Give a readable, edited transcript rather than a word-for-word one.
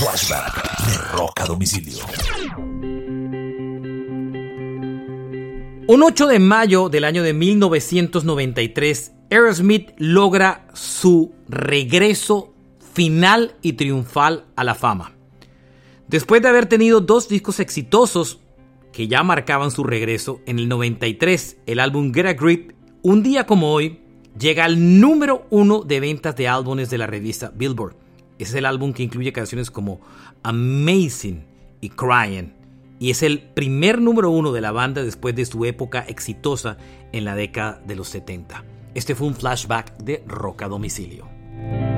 Flashback de Rock a Domicilio. Un 8 de mayo del año de 1993, Aerosmith logra su regreso final y triunfal a la fama. Después de haber tenido 2 discos exitosos que ya marcaban su regreso, en el 93 el álbum Get a Grip, un día como hoy, llega al número 1 de ventas de álbumes de la revista Billboard. Es el álbum que incluye canciones como Amazing y Crying, y es el primer número 1 de la banda después de su época exitosa en la década de los 70. Este fue un flashback de Rock a Domicilio.